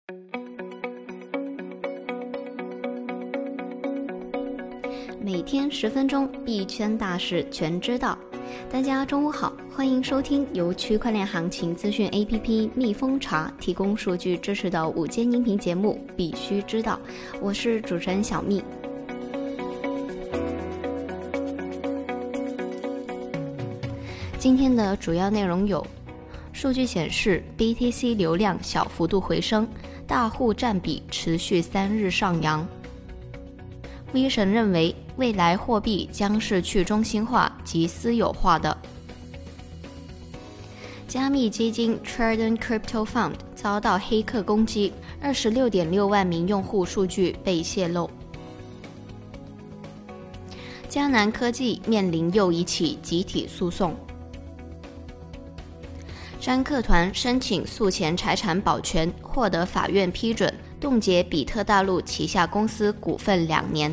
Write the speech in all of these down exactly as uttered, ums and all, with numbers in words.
每天十分钟，币圈大事全知道。大家中午好，欢迎收听由区块链行情资讯 A P P 蜜蜂茶提供数据支持的午间音频节目《必须知道》，我是主持人小蜜。今天的主要内容有：数据显示 B T C 流量小幅度回升，大户占比持续三日上扬。V 神认为未来货币将是去中心化及私有化的。加密基金 Trident Crypto Fund 遭到黑客攻击， 二十六点六万名用户数据被泄露。迦南科技面临又一起集体诉讼。詹克团申请诉前财产保全，获得法院批准，冻结比特大陆旗下公司股份两年。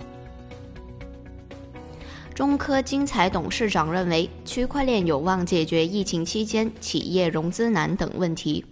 中科精彩董事长认为，区块链有望解决疫情期间企业融资难等问题。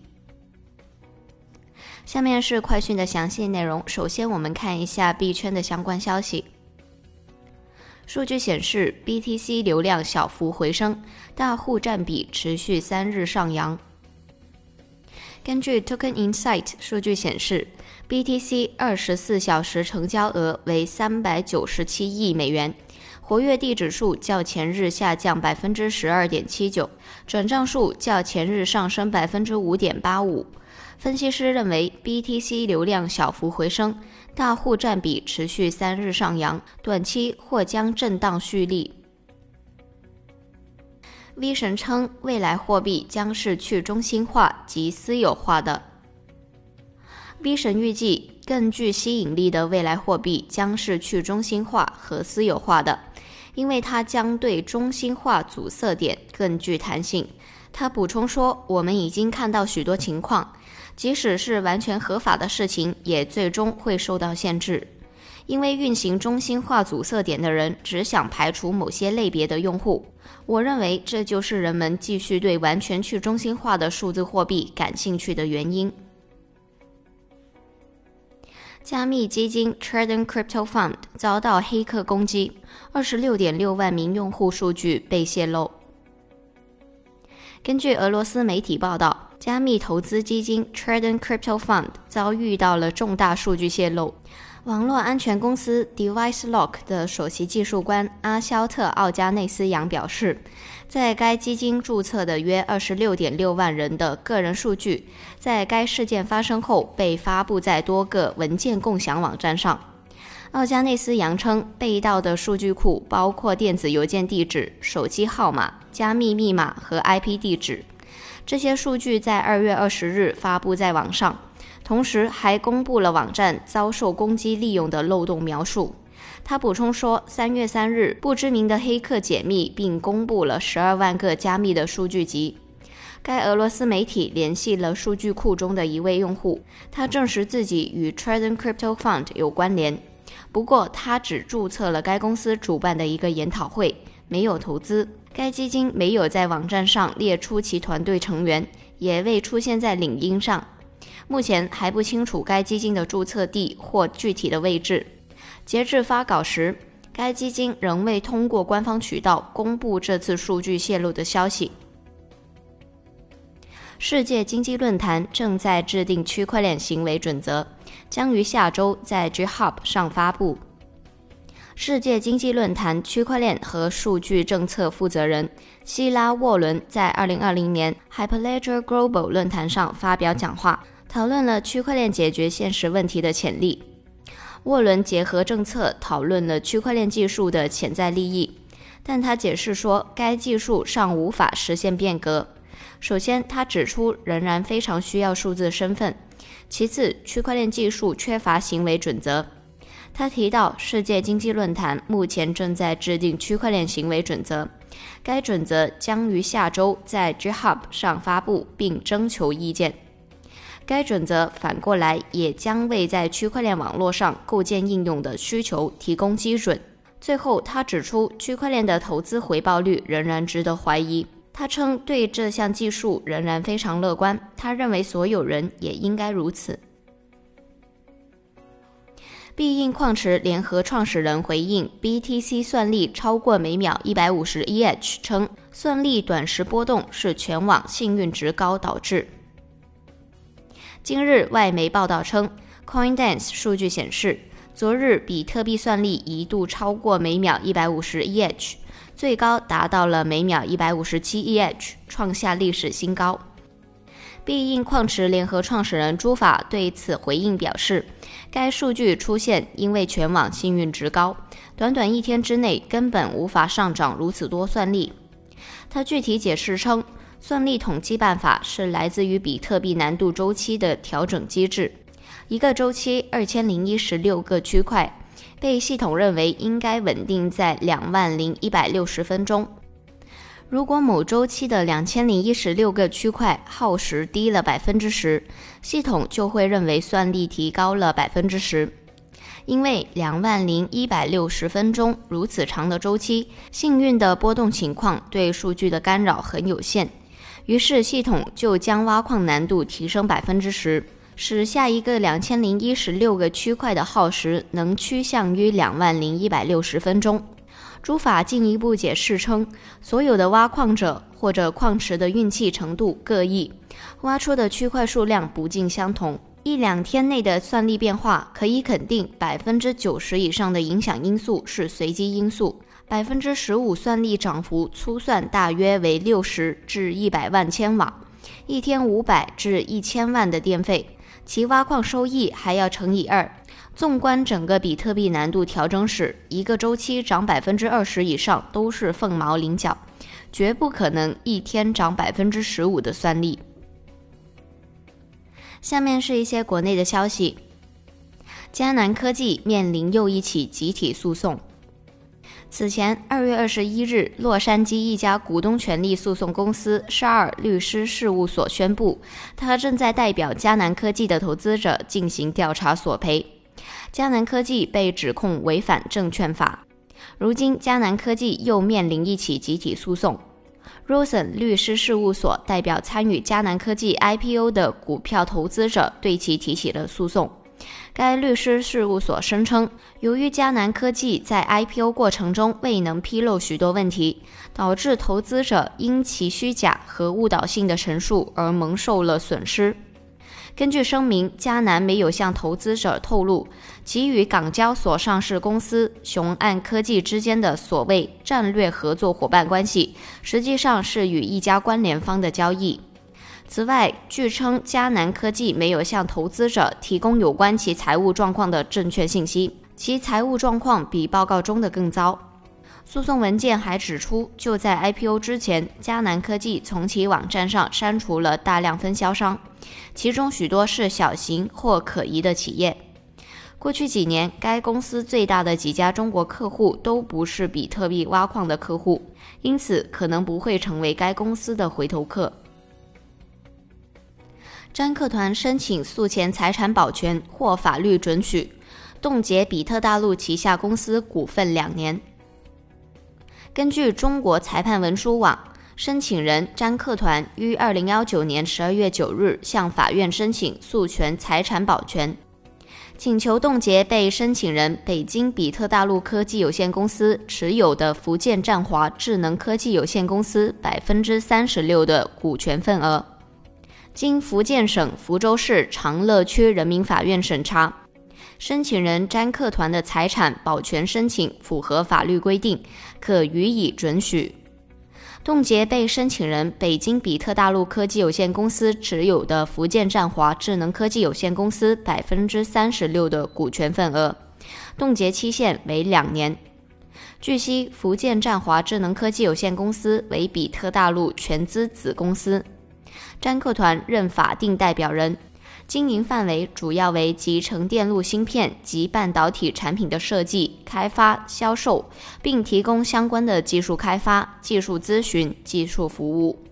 下面是快讯的详细内容，首先我们看一下币圈的相关消息。数据显示 B T C 流量小幅回升，大户占比持续三日上扬。根据 Token Insight 数据显示 B T C 二十四小时成交额为三百九十七亿美元，活跃地址数较前日下降 百分之十二点七九， 转账数较前日上升 百分之五点八五。分析师认为 B T C 流量小幅回升，大户占比持续三日上扬，短期或将震荡蓄力。V 神称未来货币将是去中心化及私有化的。V 神预计更具吸引力的未来货币将是去中心化和私有化的，因为它将对中心化阻塞点更具弹性。他补充说，我们已经看到许多情况，即使是完全合法的事情也最终会受到限制，因为运行中心化阻塞点的人只想排除某些类别的用户。我认为这就是人们继续对完全去中心化的数字货币感兴趣的原因。加密基金 Trident Crypto Fund 遭到黑客攻击， 二十六点六万名用户数据被泄露。根据俄罗斯媒体报道，加密投资基金 Trident Crypto Fund 遭遇到了重大数据泄露。网络安全公司 DeviceLock 的首席技术官阿肖特·奥加内斯扬表示，在该基金注册的约 二十六点六万人的个人数据，在该事件发生后被发布在多个文件共享网站上。奥加内斯扬称，被盗的数据库包括电子邮件地址、手机号码、加密密码和 I P 地址。这些数据在二月二十日发布在网上，同时还公布了网站遭受攻击利用的漏洞描述。他补充说，三月三日，不知名的黑客解密并公布了十二万个加密的数据集。该俄罗斯媒体联系了数据库中的一位用户，他证实自己与 Trident Crypto Fund 有关联，不过他只注册了该公司主办的一个研讨会，没有投资。该基金没有在网站上列出其团队成员，也未出现在领英上。目前还不清楚该基金的注册地或具体的位置。截至发稿时，该基金仍未通过官方渠道公布这次数据泄露的消息。世界经济论坛正在制定区块链行为准则，将于下周在 GitHub 上发布。世界经济论坛区块链和数据政策负责人希拉沃伦在二零二零年 Hyperledger Global 论坛上发表讲话，讨论了区块链解决现实问题的潜力。沃伦结合政策讨论了区块链技术的潜在利益，但他解释说，该技术尚无法实现变革。首先，他指出仍然非常需要数字身份；其次，区块链技术缺乏行为准则。他提到，世界经济论坛目前正在制定区块链行为准则，该准则将于下周在 GitHub 上发布并征求意见。该准则反过来也将为在区块链网络上构建应用的需求提供基准。最后，他指出，区块链的投资回报率仍然值得怀疑。他称对这项技术仍然非常乐观，他认为所有人也应该如此。 必应矿池联合创始人回应 B T C 算力超过每秒一百五十 E H 称，算力短时波动是全网幸运值高导致。今日外媒报道称 CoinDance 数据显示，昨日比特币算力一度超过每秒一百五十 E H， 最高达到了每秒一百五十七 E H， 创下历史新高。必应矿池联合创始人朱法对此回应表示，该数据出现因为全网幸运值高，短短一天之内根本无法上涨如此多算力。他具体解释称，算力统计办法是来自于比特币难度周期的调整机制，一个周期二千零一十六个区块，被系统认为应该稳定在两万零一百六十分钟。如果某周期的两千零一十六个区块耗时低了 百分之十， 系统就会认为算力提高了 百分之十。 因为两万零一百六十分钟如此长的周期，幸运的波动情况对数据的干扰很有限，于是系统就将挖矿难度提升 百分之十， 使下一个两千零一十六个区块的耗时能趋向于两万零一百六十分钟。朱法进一步解释称，所有的挖矿者或者矿池的运气程度各异，挖出的区块数量不尽相同，一两天内的算力变化可以肯定 百分之九十 以上的影响因素是随机因素， 百分之十五 算力涨幅粗算大约为六十至一百万千瓦，一天五百至一千万的电费，其挖矿收益还要乘以二。纵观整个比特币难度调整史，一个周期涨 百分之二十 以上都是凤毛麟角，绝不可能一天涨 百分之十五 的算力。下面是一些国内的消息。迦南科技面临又一起集体诉讼。此前二月二十一日，洛杉矶一家股东权利诉讼公司沙尔律师事务所宣布，他正在代表迦南科技的投资者进行调查索赔。迦南科技被指控违反证券法，如今迦南科技又面临一起集体诉讼。Rosen 律师事务所代表参与迦南科技 I P O 的股票投资者对其提起了诉讼。该律师事务所声称，由于迦南科技在 I P O 过程中未能披露许多问题，导致投资者因其虚假和误导性的陈述而蒙受了损失。根据声明，迦南没有向投资者透露其与港交所上市公司雄岸科技之间的所谓战略合作伙伴关系，实际上是与一家关联方的交易。此外，据称迦南科技没有向投资者提供有关其财务状况的正确信息，其财务状况比报告中的更糟。诉讼文件还指出，就在 I P O 之前，迦南科技从其网站上删除了大量分销商，其中许多是小型或可疑的企业。过去几年，该公司最大的几家中国客户都不是比特币挖矿的客户，因此可能不会成为该公司的回头客。詹克团申请诉前财产保全获法律准许，冻结比特大陆旗下公司股份两年。根据中国裁判文书网，申请人詹克团于二零一九年十二月九日向法院申请诉权财产保全，请求冻结被申请人北京比特大陆科技有限公司持有的福建占华智能科技有限公司 百分之三十六 的股权份额。经福建省福州市长乐区人民法院审查，申请人詹克团的财产保全申请符合法律规定，可予以准许。冻结被申请人北京比特大陆科技有限公司持有的福建占华智能科技有限公司 百分之三十六 的股权份额，冻结期限为两年。据悉，福建占华智能科技有限公司为比特大陆全资子公司，詹克团任法定代表人，经营范围主要为集成电路芯片及半导体产品的设计、开发、销售，并提供相关的技术开发、技术咨询、技术服务。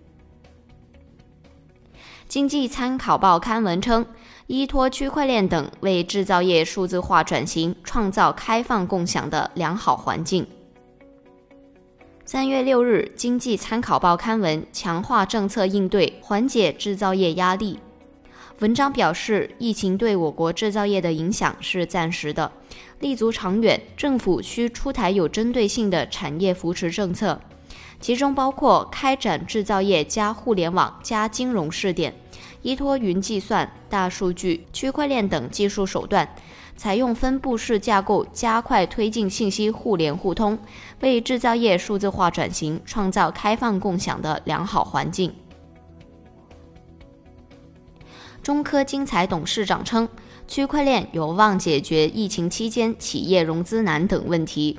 经济参考报刊文称，依托区块链等为制造业数字化转型创造开放共享的良好环境。三月六日，经济参考报刊文强化政策应对，缓解制造业压力。 文章表示，疫情对我国制造业的影响是暂时的，立足长远，政府需出台有针对性的产业扶持政策，其中包括开展制造业加互联网加金融试点，依托云计算、大数据、区块链等技术手段，采用分布式架构加快推进信息互联互通，为制造业数字化转型创造开放共享的良好环境。中科精彩董事长称，区块链有望解决疫情期间企业融资难等问题。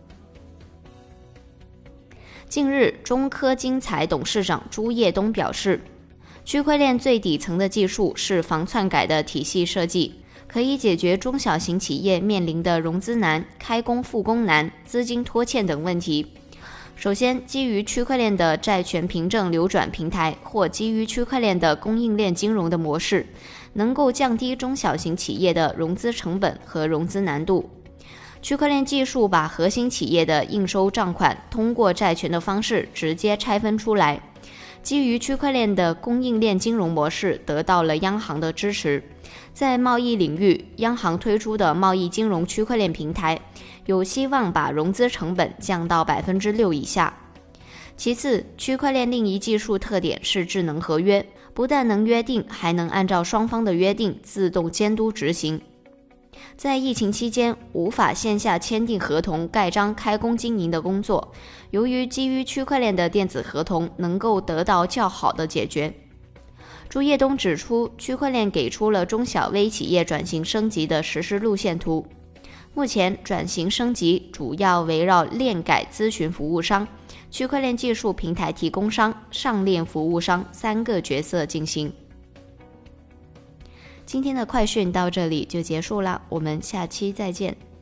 近日，中科精彩董事长朱业东表示，区块链最底层的技术是防篡改的体系设计，可以解决中小型企业面临的融资难、开工复工难、资金拖欠等问题。首先，基于区块链的债权凭证流转平台或基于区块链的供应链金融的模式，能够降低中小型企业的融资成本和融资难度。区块链技术把核心企业的应收账款通过债权的方式直接拆分出来，基于区块链的供应链金融模式得到了央行的支持。在贸易领域，央行推出的贸易金融区块链平台有希望把融资成本降到 百分之六 以下。其次，区块链另一技术特点是智能合约，不但能约定，还能按照双方的约定自动监督执行。在疫情期间无法线下签订合同、盖章、开工经营的工作，由于基于区块链的电子合同能够得到较好的解决。朱业东指出，区块链给出了中小微企业转型升级的实施路线图。目前转型升级主要围绕链改咨询服务商、区块链技术平台提供商、上链服务商三个角色进行。今天的快讯到这里就结束了，我们下期再见。